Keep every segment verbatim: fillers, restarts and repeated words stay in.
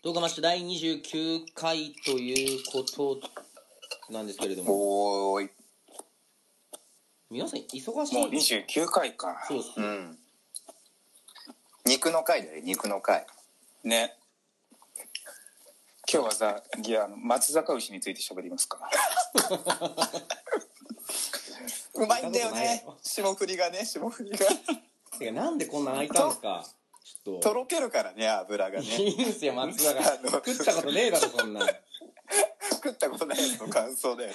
動画マッシュだいにじゅうきゅうかいということなんですけれども、 おーい、 皆さん忙しい。 もうにじゅうきゅうかいか。 そうっす、 うん、肉の回だよ、肉の回ね。今日はさ、いや、あの松坂牛について喋りますか。 うまいんだよね、霜降りがね、霜降りがてかなんでこんな開いたんですか。ちょっととろけるからね、油がね。 いいんすよ、松坂あの食ったことねえだろそんな。 食ったことないやつの感想だよね。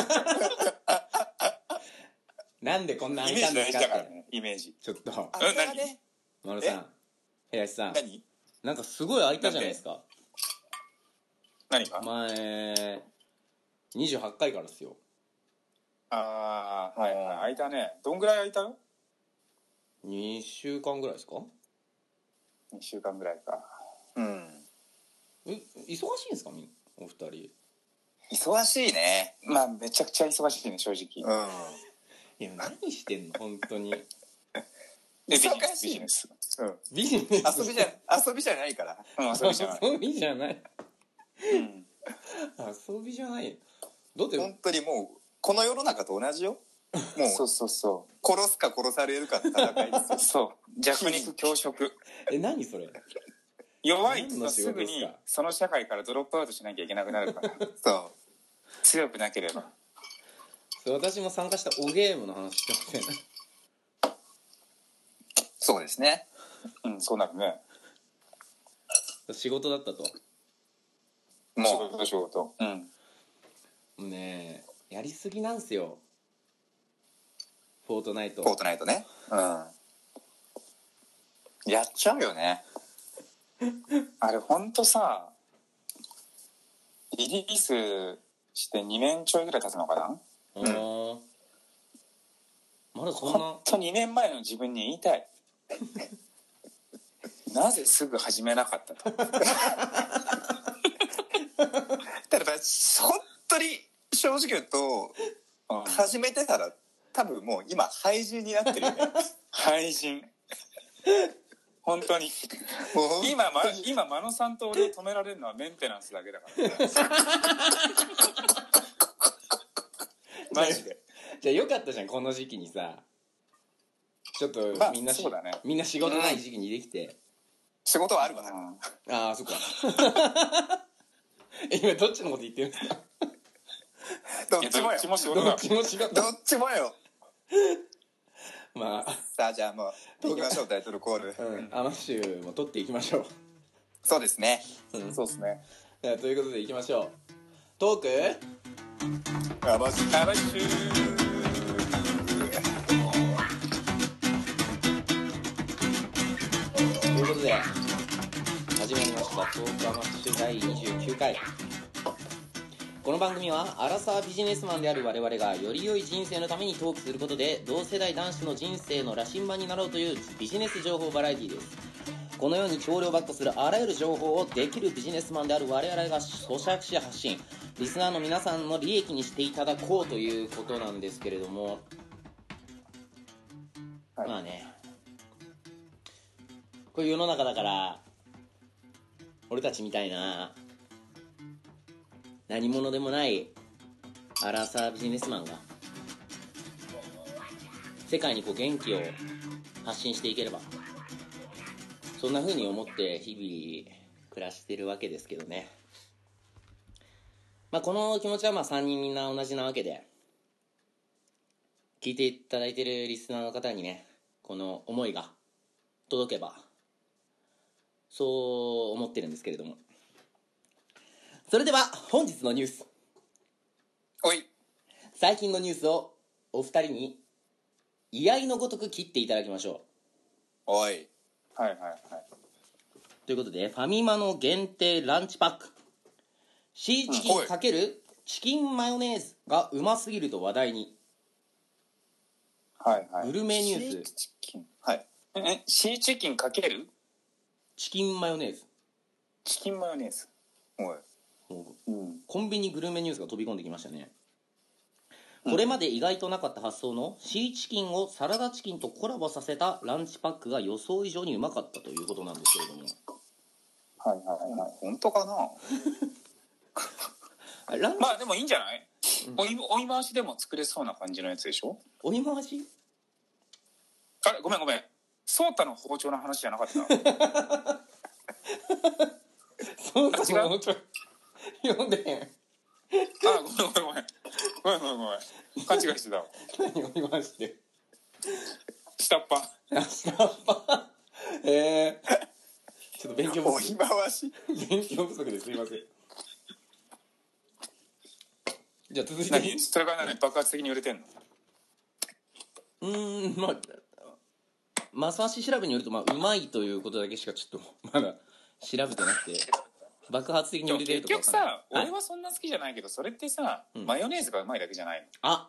なんでこんなイ開いメージ大事だたんですかって。 からね、イメージ。 ちょっと油がね、 丸さん、林さん、 何なんかすごい開いたじゃないですか。 何が？ 前にじゅうはちかいからですよ。 ああ、はいはい、空いたね。どんぐらい空いたの？ にしゅうかんぐらいですか。 にしゅうかんぐらいか。 うん、 え、忙しいんですか、みんお二人。 忙しいね。 まあめちゃくちゃ忙しいね、正直。 うん、 いや何してんの本当に。 でビジネ忙しいスビジネス。 うん、 ビジネス遊びじゃ遊びじゃないから。 うん、遊びじゃない。 遊びじゃない。 うん。 遊びじゃない。だって本当にもうこの世の中と同じよ。もうそうそうそ殺すか殺されるかの戦いですよ。 う。そう。弱肉強食。 え、何それ。 弱いと何の仕すぐに事ですかその社会からドロップアウトしなきゃいけなくなるからそう強くなければ。 それ私も参加したおゲームの話してません。 そうですね。 うん、そうなるね。 仕事だったと。 仕も事仕事。うん。 もうね、やりすぎなんすよ、フォートナイト。 うフォートナイトね。うん。やっちゃうよね。 あれほんとさ、リリースしてにねんちょいぐらい経つのかな。 あー、まだそんな。 ほんとにねんまえの自分に言いたい。なぜすぐ始めなかったと。 ただ本当に正直言うと、 うん、 始めてたら多分もう今廃人になってるよね。 廃人。本当にもう今、ま、今真野さんと俺を止められるのはメンテナンスだけだからね。マジで。 じゃあよかったじゃん、この時期にさ、ちょっとまあみんなし、 そうだね、 みんな仕事ない時期にできて、 仕事はあるわな。 ああそっか。今どっちのこと言ってるんですか。 どっちもよどっちも仕事だどっ。ちも仕事。 どっちもよ。 まあ、 さあじゃあもう行きましょう、タイトルコール。 うん、アマッシュも取っていきましょう。 そうですね。 うん、 そうですね。 じゃあということでいきましょう。トークあマジあ来週。 ということで始まりましたトークアマッシュだいにじゅうきゅうかい。この番組はアラサービジネスマンである我々がより良い人生のためにトークすることで同世代男子の人生の羅針盤になろうというビジネス情報バラエティです。このように橋梁バックするあらゆる情報をできるビジネスマンである我々が咀嚼し発信、リスナーの皆さんの利益にしていただこうということなんですけれども、 はい、 まあね、こういう世の中だから俺たちみたいな何者でもないアラサービジネスマンが世界にこう元気を発信していければ、そんな風に思って日々暮らしてるわけですけどね。まあこの気持ちはまあさんにんみんな同じなわけで、聞いていただいてるリスナーの方にね、この思いが届けば、そう思ってるんですけれども。それでは本日のニュース、 おい最近のニュースをお二人に居合のごとく切っていただきましょおいはいはいはい。 う。ということで、ファミマの限定ランチパック、シーチキン×チキンマヨネーズがうますぎると話題に。 はいはい。 グルメニュース、 シーチキン。 はいえ、シーチキンかけるチキンマヨネーズ。 チキンマヨネーズ。 おいもう。 うんコンビニグルメニュースが飛び込んできましたね。これまで意外となかった発想のシーチキンをサラダチキンとコラボさせたランチパックが予想以上にうまかったということなんですけれども、 はいはい。 本当かな。 あランまあでもいいんじゃない、 うん追い追い回しでも作れそうな感じのやつでしょ。 追い回しあれごめんごめん、ソータの包丁の話じゃなかったそうあ違うもうちょい読んでへん。 あごめんごめんごめんごめんごめんごめん勘違いしてたわ。 何追い回して下っ端。 あ下っ端えー、ちょっと勉強不追い足回し勉強不足ですいません。じゃあ続いて何それが何爆発的に売れてんの。 うーんまあマス足調べによると、まあ、うまいということだけしかちょっとまだ調べてなくて爆発的に売れてるとか結局さ、 わかんない。 俺はそんな好きじゃないけど、それってさ、 うんマヨネーズがうまいだけじゃないの。 あ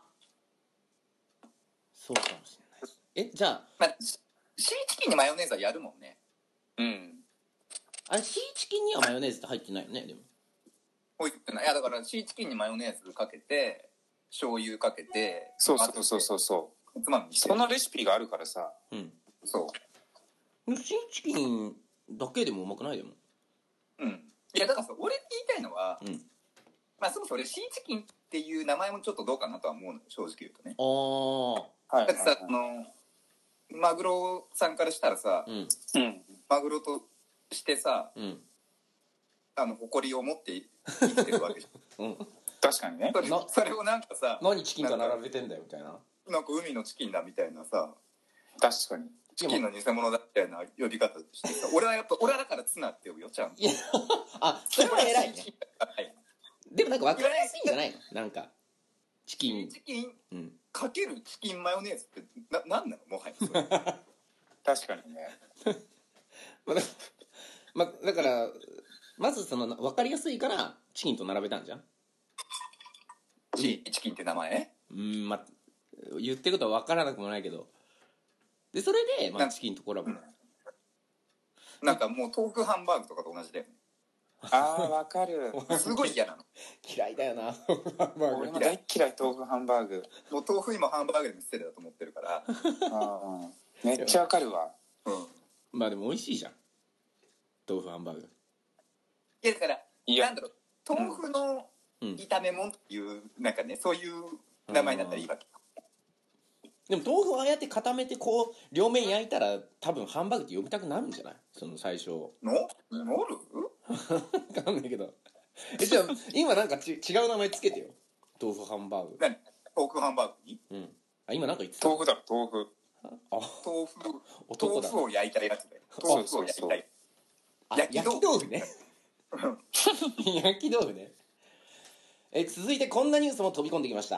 そうかもしれない。えじゃあまあ、シシーチキンにマヨネーズはやるもんね。 うん。 あれシーチキンにはマヨネーズって入ってないよねでも。 ほいってない。いやだからシーチキンにマヨネーズかけて醤油かけて、 そうそうそうそうそううつまみにしてそのレシピがあるからさ。 うんそうシーチキンだけでもうまくないでも。 うんいやだからさ、俺って言いたいのは、 うんまあそもそも俺シーチキンっていう名前もちょっとどうかなとは思うのよ、正直言うとね。 ああはいだってさ、あのマグロさんからしたらさ、 うんうん。 マグロとしてさ、 うんあの誇りを持って生きてるわけじゃん。 うん確かにね。 それなそれをなんかさ、 何チキンと並べてんだよみたいな。 なんか海のチキンだみたいなさ、 確かに。 チキンの偽物だみたいな呼び方してさ、俺はやっぱ俺はだからツナって呼ぶよ、ちゃんと。 いやあそれは偉いね。 はい。 でもなんか分かりやすいんじゃないのなんかチキンチキンうんかけるチキンマヨネーズってななんなのもはやそれ。 確かにね。 まあだまあだからまずその分かりやすいからチキンと並べたんじゃん。 チチキンって名前？ うんまあ言ってることは分からなくもないけどでそれで、まあ、チキンとコラボ。 なんかもう豆腐ハンバーグとかと同じで、 ああ、わかる。 すごい嫌なの。 嫌いだよな俺も大っ嫌い、豆腐ハンバーグ。 もう豆腐今ハンバーグでも失礼だと思ってるから。 あーめっちゃわかるわ。 うん。 まあでも美味しいじゃん豆腐ハンバーグ。 いやだからいやなんだろう、豆腐のうん炒め物っていうなんかね、そういう名前になったらいいわけ。 でも豆腐をああやって固めてこう両面焼いたら多分ハンバーグって呼びたくなるんじゃないその最初。 のなる？ 分かんないけどえじゃあ今なんかち違う名前つけてよ豆腐ハンバーグ。 何？豆腐ハンバーグに？ うんあ今なんか言ってた豆腐だろ、豆腐。 あ豆腐男だ豆腐を焼いたやつだよ。 そう豆腐を焼いたやあ焼き焼き豆腐ね焼き豆腐ね。え続いてこんなニュースも飛び込んできました。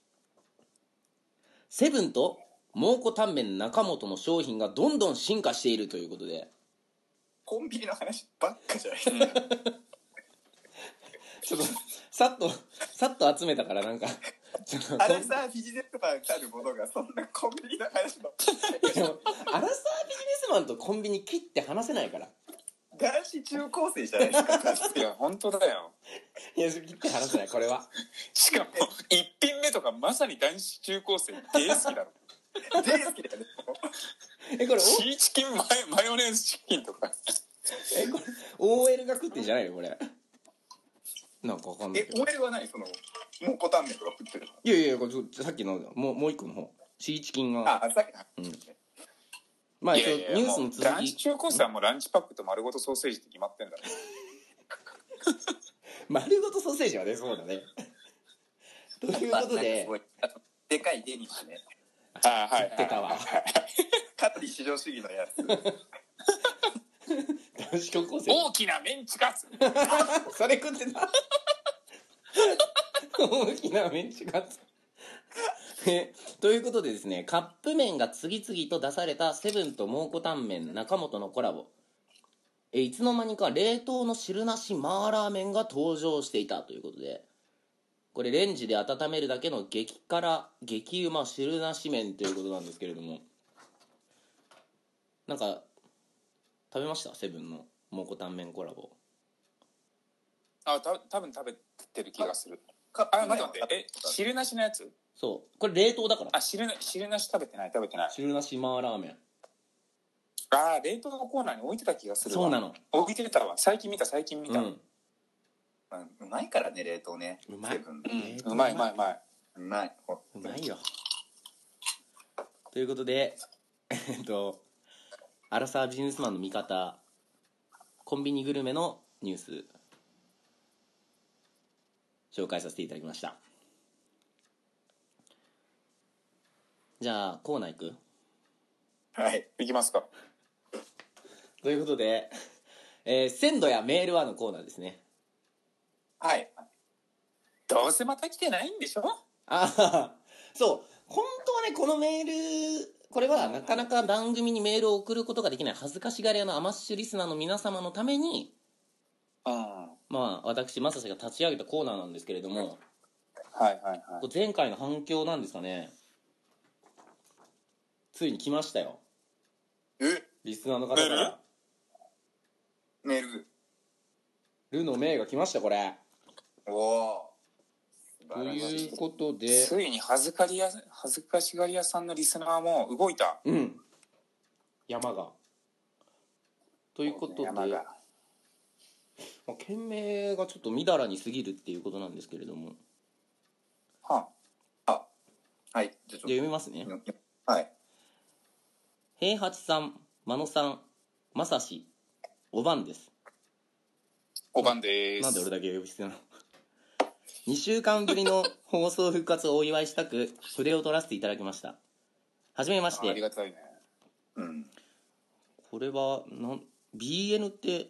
セブンと蒙古タンメン中本の商品がどんどん進化しているということでコンビニの話ばっかじゃない。 ちょっとさっとさっと集めたからなんかちょっとあれさビジネスマンたるものがそんなコンビニの話ばっかり。 でもアラサービジネスマンとコンビニ切って話せないから。 男子中高生じゃないですか。 いや、本当だよ。 いや切って話せないこれは。 しかも、一品目とかまさに男子中高生大好きだろ。 大好きだよね。 えこれシーチキンマヨマヨネーズチキンとか。 えこれ オーエル が食ってんじゃないよこれ。なんかわかんないえけど。 オーエル は何その蒙古タンメンとか食ってるいやいやこれちょさっきのもうもう一個の方シーチキンの？ があさっき、 うんまあ一応いやいやニュースのもう続き男子中高生はもうランチパックと丸ごとソーセージって決まってんだろ。 丸ごとソーセージはねそうだね。ということですごいあとでかいデニッシュね。 あーはい言ってたわカトリ至上主義のやつ。 男子高校生大きなメンチカツ。 それ食ってた大きなメンチカツえということでですねカップ麺が次々と出されたセブンと蒙古タンメン中本のコラボえいつの間にか冷凍の汁なし麻辣麺が登場していたということでこれレンジで温めるだけの激辛激うま汁なし麺ということなんですけれどもなんか食べましたセブンの蒙古タンメンコラボ。 あ、た多分食べてる気がする。 カップあ、 麺は待って待って。え、汁なしのやつ？ そうこれ冷凍だからあ、汁な汁なし食べてない食べてない。 汁なし麻辣麺ああ、冷凍のコーナーに置いてた気がするわ。 そうなの。 置いてたわ。最近見た、最近見た。 ううんん。 まあうまいからね、冷凍ね。 うまいセブン冷凍うまいうまいうまい。 うまい。ほうまいよ。ということでえっとアラサービジネスマンの味方コンビニグルメのニュース紹介させていただきました。じゃあコーナー行くはい。 いきますか。 ということで、えー、鮮度やメールはのコーナーですね。 はい。 どうせまた来てないんでしょ。 ああ、そう本当はねこのメールこれはなかなか番組にメールを送ることができない恥ずかしがり屋のアマッシュリスナーの皆様のために、 うん。はまあ私まさしが立ち上げたコーナーなんですけれども、 いはいはい。 これ前回の反響なんですかね、ついに来ましたよ、 えリスナーの方からメール。 ルの命が来ました。これおお。 ということで、 ついに恥ずかりや恥ずかしがり屋さんのリスナーも動いた。 うん山がということで、 山が。 まあ、件名がちょっとみだらに過ぎるっていうことなんですけれども、 ははい。じゃあちょっとじゃあ読みますね。 はい。 平八さん、真野さん、まさし、おばんです。 ごばんでーす。 なんで俺だけ呼び捨てなのにしゅうかんぶりの放送復活をお祝いしたく筆を取らせていただきました。はじめましありて。 がたいね。 うん。 これはなん ビーエヌ って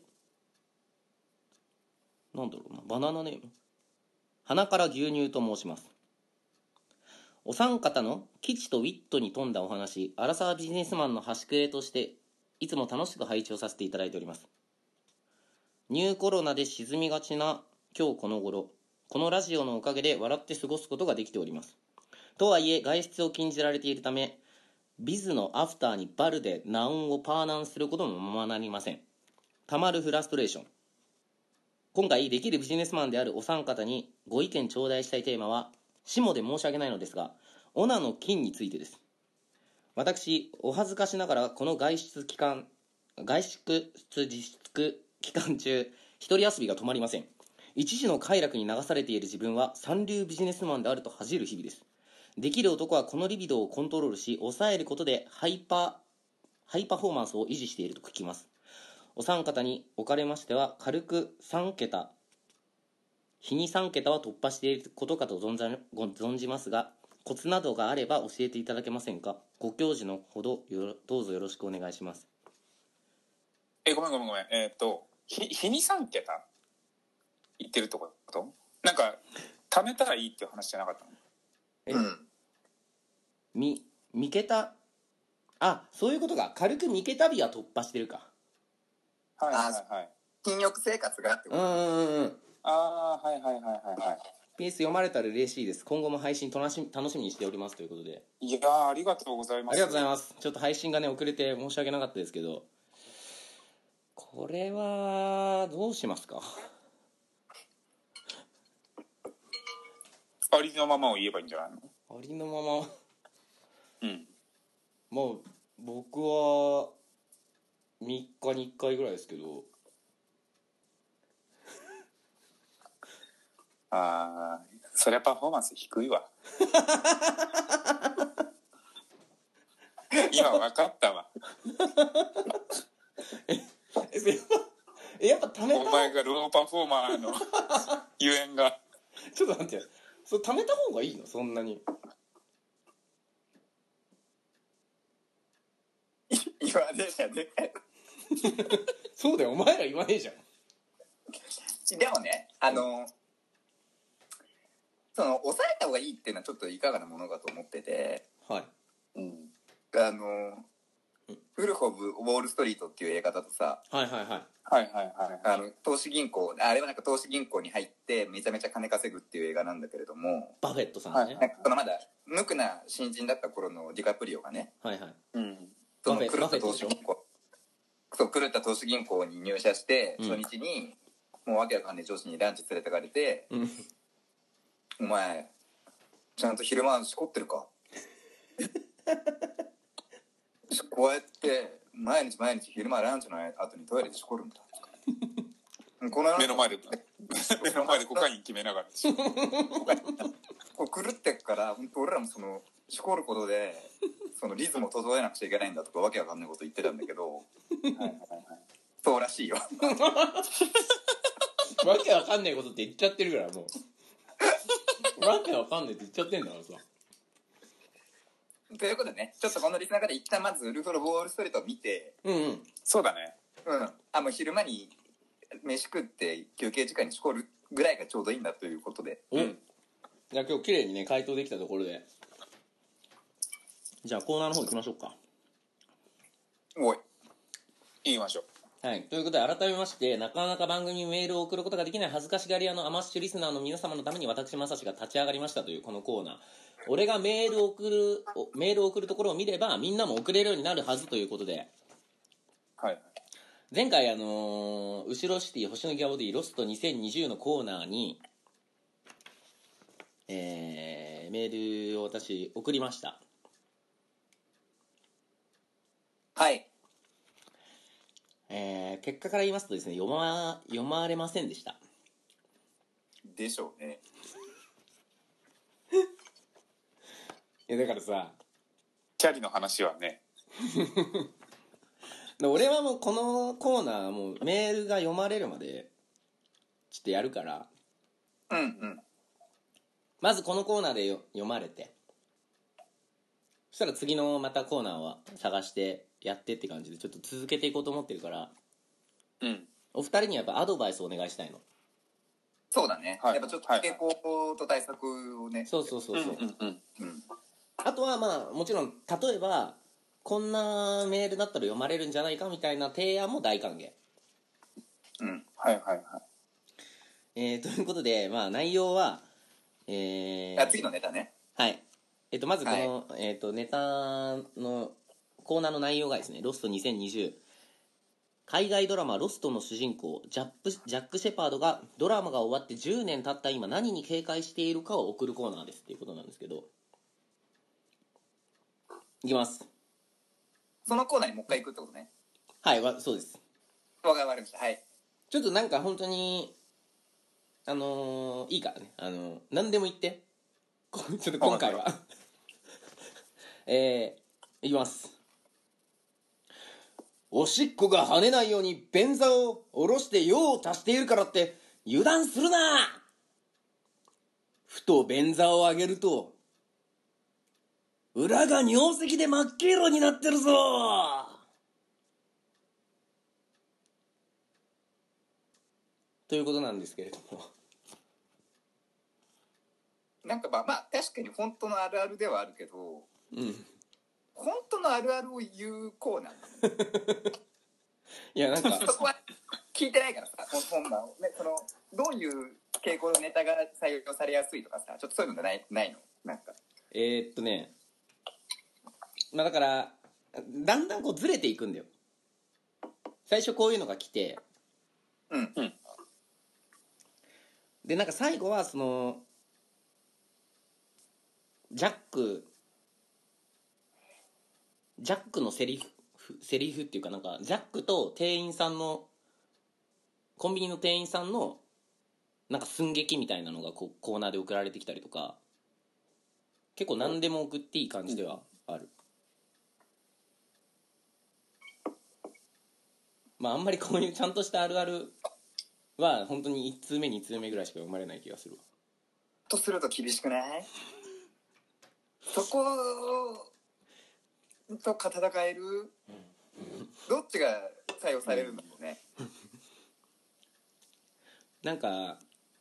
なんだろうな、バナナネーム、鼻から牛乳と申します。お三方の基地とウィットに富んだお話、アラサービジネスマンの端くれとしていつも楽しく拝聴させていただいております。ニューコロナで沈みがちな今日この頃、このラジオのおかげで笑って過ごすことができております。とはいえ外出を禁じられているため、ビズのアフターにバルでナウンをパーナンすることもままなりません。たまるフラストレーション。今回できるビジネスマンであるお三方にご意見頂戴したいテーマは、下で申し訳ないのですが、オナの菌についてです。私お恥ずかしながらこの外出期間外出自粛期間中一人遊びが止まりません。一時の快楽に流されている自分は三流ビジネスマンであると恥じる日々です。できる男はこのリビドーをコントロールし抑えることでハイパーハイパフォーマンスを維持していると聞きます。お三方におかれましては軽くさん桁日にさん桁は突破していることかと存じご存じますが、コツなどがあれば教えていただけませんか。ご教授のほどよろどうぞよろしくお願いします。 え、ごめんごめんごめん。えーっと、日日にさん桁言ってるってことなんか、貯めたらいいっていう話じゃなかったの。 えうん。 み三桁、あ、そういうことか。軽く三桁日は突破してるか。 はいはいはい。 禁欲生活がってこうんと。 うんうんうん。 ああ、はいはいはいはいはい。 ピーエス 読まれたら嬉しいです。今後も配信楽しみ楽しみにしておりますということで。 いやー、ありがとうございます。 ありがとうございます。ちょっと配信がね遅れて申し訳なかったですけど、これはどうしますか。 ありのままを言えばいいんじゃないの。 ありのまま。 うん。 もう僕はみっかにいっかいぐらいですけど。 ああ、そりゃパフォーマンス低いわ。今分かったわ。 ええやっぱ貯めたお前がローパフォーマーのゆえんが。 ちょっと待って、それ貯めた方がいいのそんなに。 言わねえじゃねえ。 そうだよ、お前ら言わねえじゃん。 でもね、あのその抑えた方がいいっていうのはちょっといかがなものかと思ってて、 はい。 うん。 あのウルフ・オブ・ウォール・ストリートっていう映画だとさ、 はいはいはい。 はいはいはい。 あの投資銀行あれはなんか投資銀行に入ってめちゃめちゃ金稼ぐっていう映画なんだけれども、 バフェットさんね。 はいなんかそのまだ無垢な新人だった頃のディカプリオがね、 はいはい。 うん。 そのバフェ狂った投資銀行そう狂った投資銀行に入社してうん初日にもうわけわかんない上司にランチ連れてかれて、 うん。 お前ちゃんと昼間しこってるかこうやって毎日毎日昼間ランチの後にトイレでしこるんだこの目の前で目の前でコカイン決めながらこう狂ってっから本当俺らもそのしこることでそのリズムを整えなくちゃいけないんだとかわけわかんないこと言ってたんだけどはいはい、はい、そうらしいよわけわかんないことって言っちゃってるからもうわけわかんないって言っちゃってんだからさ。 ということでね、ちょっとこのリスナーから一旦まずウルフ・オブ・ウォール・ストリートを見て、 うんうん、 そうだね、 うん、あもう昼間に飯食って休憩時間にしこるぐらいがちょうどいいんだということで、 うん、じゃあ今日綺麗にね回答できたところで、じゃあコーナーの方行きましょうか。 おい言いましょう。 はい、ということで改めまして、なかなか番組にメールを送ることができない恥ずかしがり屋のアマッシュリスナーの皆様のために私まさしが立ち上がりましたというこのコーナー。俺がメールを送るメールを送るところを見ればみんなも送れるようになるはずということで、 はい、 前回あのー、後ろシティ星のギャオディロストにせんにじゅうのコーナーに、えー、メールを私送りました。 はい、 えー、結果から言いますとですね、読ま読まれませんでした。 でしょうね。 いやだからさ、 キャリの話はね俺はもうこのコーナーもうメールが読まれるまでちょっとやるから、 うんうん、 まずこのコーナーでよ読まれて、そしたら次のまたコーナーは探してやってって感じでちょっと続けていこうと思ってるから、 うん、 お二人にはやっぱアドバイスをお願いしたいの。 そうだね、はい、やっぱちょっと傾向と対策をね、 そうそうそうそう、 うんうんうん、 あとはまあもちろん例えばこんなメールだったら読まれるんじゃないかみたいな提案も大歓迎。 うん、 はいはいはい。 えー、ということでまあ内容は、えー、 あ次のネタね。 はい。えっとまずこの、 はい、 えっとネタのコーナーの内容がですね、ロストにせんにじゅう、海外ドラマロストの主人公ジャップジャック・シェパードがドラマが終わってじゅうねん経った今何に警戒しているかを送るコーナーですっていうことなんですけど、いきます。 そのコーナーにもう一回行くってことね。 はいわそうです。 わかりました。はい、ちょっとなんか本当にあのー、いいからね、あのー、何でも言ってちょっと今回はえー、いきます。おしっこが跳ねないように便座を下ろして用を足しているからって油断するな。ふと便座を上げると裏が尿石で真っ黄色になってるぞということなんですけれども、 なんかまあまあ確かに本当のあるあるではあるけど、 うん、 本当のあるあるを言うコーナーいやなんかそこは聞いてないからさ、本番を、ね、そのどういう傾向のネタが採用されやすいとかさ、ちょっとそういうのないないのなんか。 えー、っとねまあだからだんだんこうずれていくんだよ。最初こういうのが来て、 うんうん、 でなんか最後はそのジャックジャックのセリフセリフっていうかなんかジャックと店員さんのコンビニの店員さんのなんか寸劇みたいなのがこうコーナーで送られてきたりとか、結構何でも送っていい感じではある。まああんまりこういうちゃんとしたあるあるは本当にいち通目に通目ぐらいしか読まれない気がするわ。 とすると厳しくない？そこと戦える？どっちが採用されるんだろうね。 なんか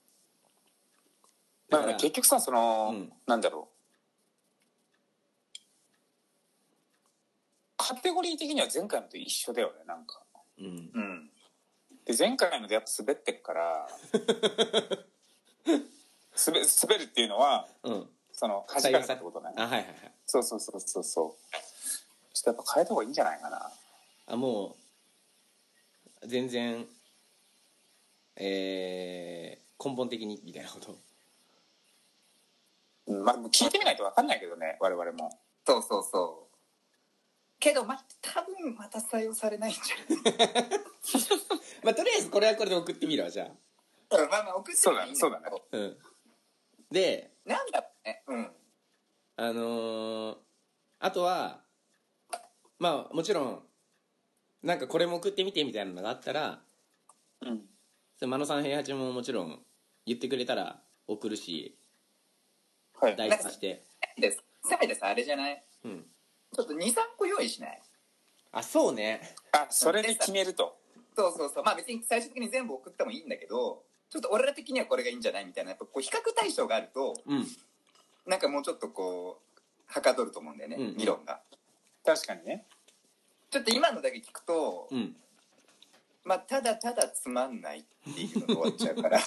だから結局さ、その、 うん、 なんだろう、カテゴリー的には前回のと一緒だよね、なんか。 うん。 うん。 で前回のでやっぱ滑ってっから滑滑るっていうのは、 うん、 その弾かれたってことね。 あはいはいはい。 そうそうそうそうそう。ちょっとやっぱ変えた方がいいんじゃないかな。 あもう全然えー、根本的にみたいなこと。 うん、まあ聞いてみないと分かんないけどね、我々も。 そうそうそう。 けど、ま、多分また採用されないんじゃないまあとりあえずこれはこれで送ってみるわじゃうん、まあまあ送ってもいいんだけどそうだねあ。うんでなんだろうね。うん。 あのー、あとはまあもちろんなんかこれも送ってみてみたいなのがあったら、 うん真野さん平八ももちろん言ってくれたら送るしはい代筆してですせめてさあれじゃない、 うんちょっとにさんこ用意しない？ あそうねあそれで決めるとそうそうそう、まあ別に最終的に全部送ってもいいんだけど、ちょっと俺ら的にはこれがいいんじゃないみたいな、やっぱこう比較対象があるとうんなんかもうちょっとこうはかどると思うんだよね、 うんうん議論が。 確かにね。 ちょっと今のだけ聞くと、 うんまあただただつまんないっていうので終わっちゃうから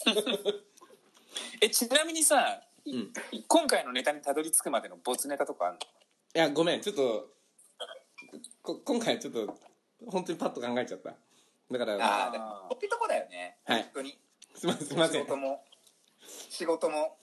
えちなみにさ、 うん今回のネタにたどり着くまでのボツネタとかあるの？ いやごめんちょっとこ今回ちょっと本当にパッと考えちゃっただからああでもこってとこだよね、 はい本当に。 すいませんすいません仕事も仕事も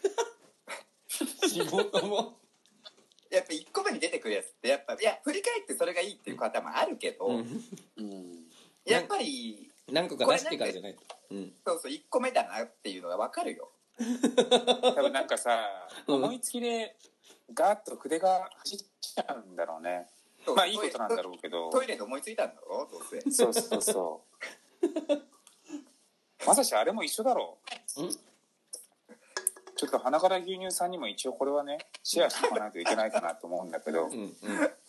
仕事もやっぱいっこめに出てくるやつってやっぱいや振り返ってそれがいいっていう方もあるけど、 うんうんやっぱり何個か出してからじゃないうんそうそういっこめだなっていうのが分かるよ。 多分なんかさうん思いつきでガーッと筆が走っちゃうんだろうね。 そうまあいいことなんだろうけどトイレで思いついたんだろどうせ。 そうそうそうまさしあれも一緒だろう。 うんちょっと鼻から牛乳さんにも一応これはねシェアしておかないといけないかなと思うんだけど、 うんうん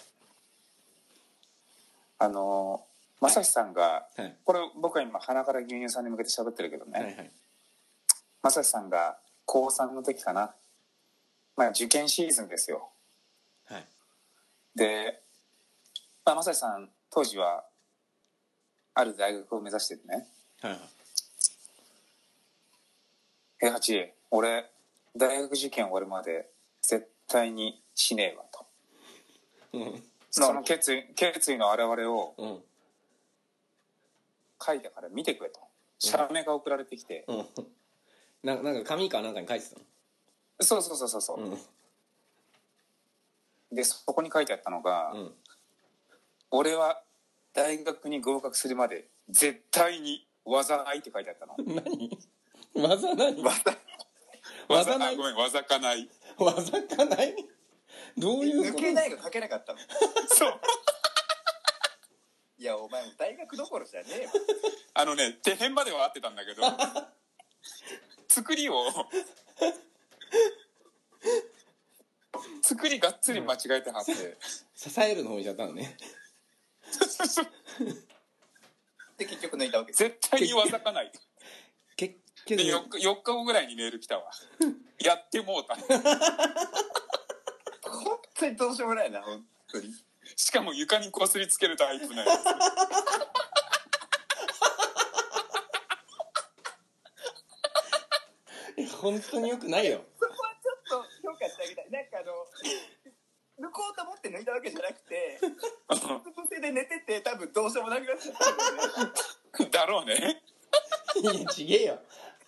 あのまさしさんがはいこれ僕は今鼻から牛乳さんに向けて喋ってるけどね、 はいはいまさしさんがこうさんの時かな、まあ受験シーズンですよ。 はいで、まあ、まさしさん当時はある大学を目指しててね、 はいはい平八俺大学受験終わるまで絶対にしねえわと、 うんその決意決意の表れをうん書いたから見てくれと写メが送られてきて、 うんななんか紙かなんかに書いてたのそうそうそうそうそう、 うんでそこに書いてあったのが、 うん俺は大学に合格するまで絶対に技ないって書いてあったの。 何技何また技ないあごめん技かない。 技かないどういうこと抜けないが書けなかったの。 そういやお前も大学どころじゃねえよ。 あのね手辺までは合ってたんだけど作りを作りがっつり間違えてはって支えるの方にしちゃったのねで結局抜いたわけです。 絶対に技かない結局で 4, 日よっかごぐらいにメール来たわやってもうた本当にどうしようもないな本当に。 しかも床にこすりつけるタイプのや本当によくないよそこはちょっと評価してあげたい。なんかあの抜こうと思って抜いたわけじゃなくてうつ伏せで寝てて多分どうしようもなくなっちゃったんだよね。 つだろうね。 いやちげえよ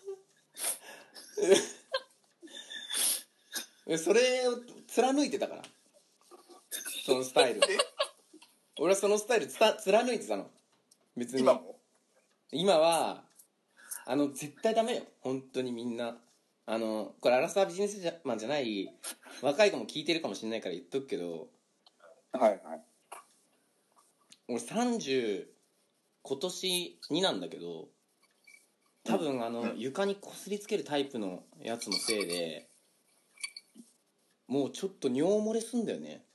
えそれを貫いてたからそのスタイルえ俺はそのスタイルつた貫いてたの別に今も今はあの絶対ダメよ本当にみんなあのこれアラサービジネスマンじゃない若い子も聞いてるかもしれないから言っとくけどはいはい俺さんじゅう今年になんだけど多分あの床にこすりつけるタイプのやつのせいでもうちょっと尿漏れすんだよね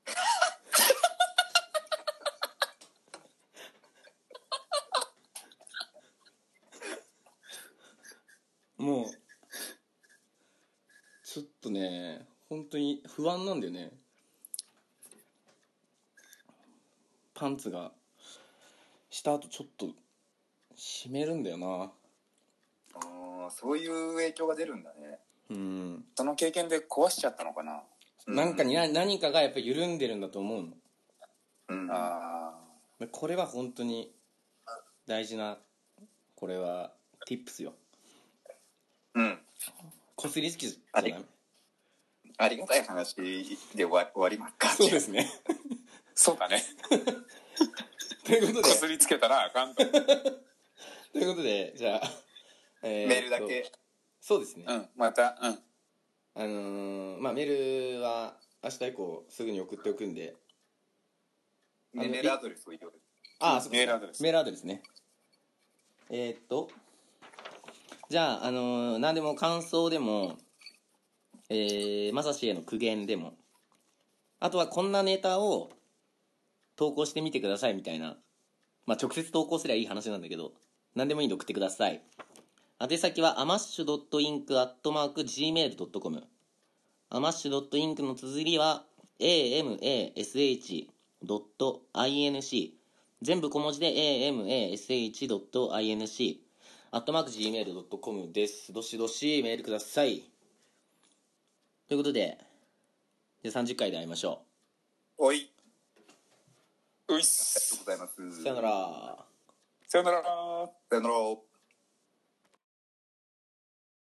もうちょっとね本当に不安なんだよねパンツがした後ちょっと締めるんだよなああそういう影響が出るんだね。 うんその経験で壊しちゃったのかな。 なんかにな何かがやっぱ緩んでるんだと思うのうんあこれは本当に大事なこれは tips ようんこすりつけちゃダメありがたい話で終わ終わりますか。 そうですねそうだね。 ということでこすりつけたらあかんと。 ということでじゃあ、えメールだけ。 そうですね、 うんまたうんあのー、まあメールは明日以降すぐに送っておくんで、あのメールアドレスを言おう。 ああそうですね、 メールアドレスメールアドレスね。えー、っとじゃあ、あのー、何でも感想でも、えー、まさしへの苦言でも、あとはこんなネタを投稿してみてくださいみたいな、まあ直接投稿すればいい話なんだけど、何でもいいんで送ってください。宛先はアマッシュドットインクアットマークジーメールドットコム、アマッシュドットインクの綴りは エーエムエーエスエイチドットアイエヌシー、 全部小文字で エーエムエーエスエイチドットアイエヌシー アットマークジーメールドットコム です。どしどしメールください。ということで、じゃあさんじゅっかいで会いましょおい。 ういっありがとうすございます。 う。さよなら。 さよなら。 さよなら。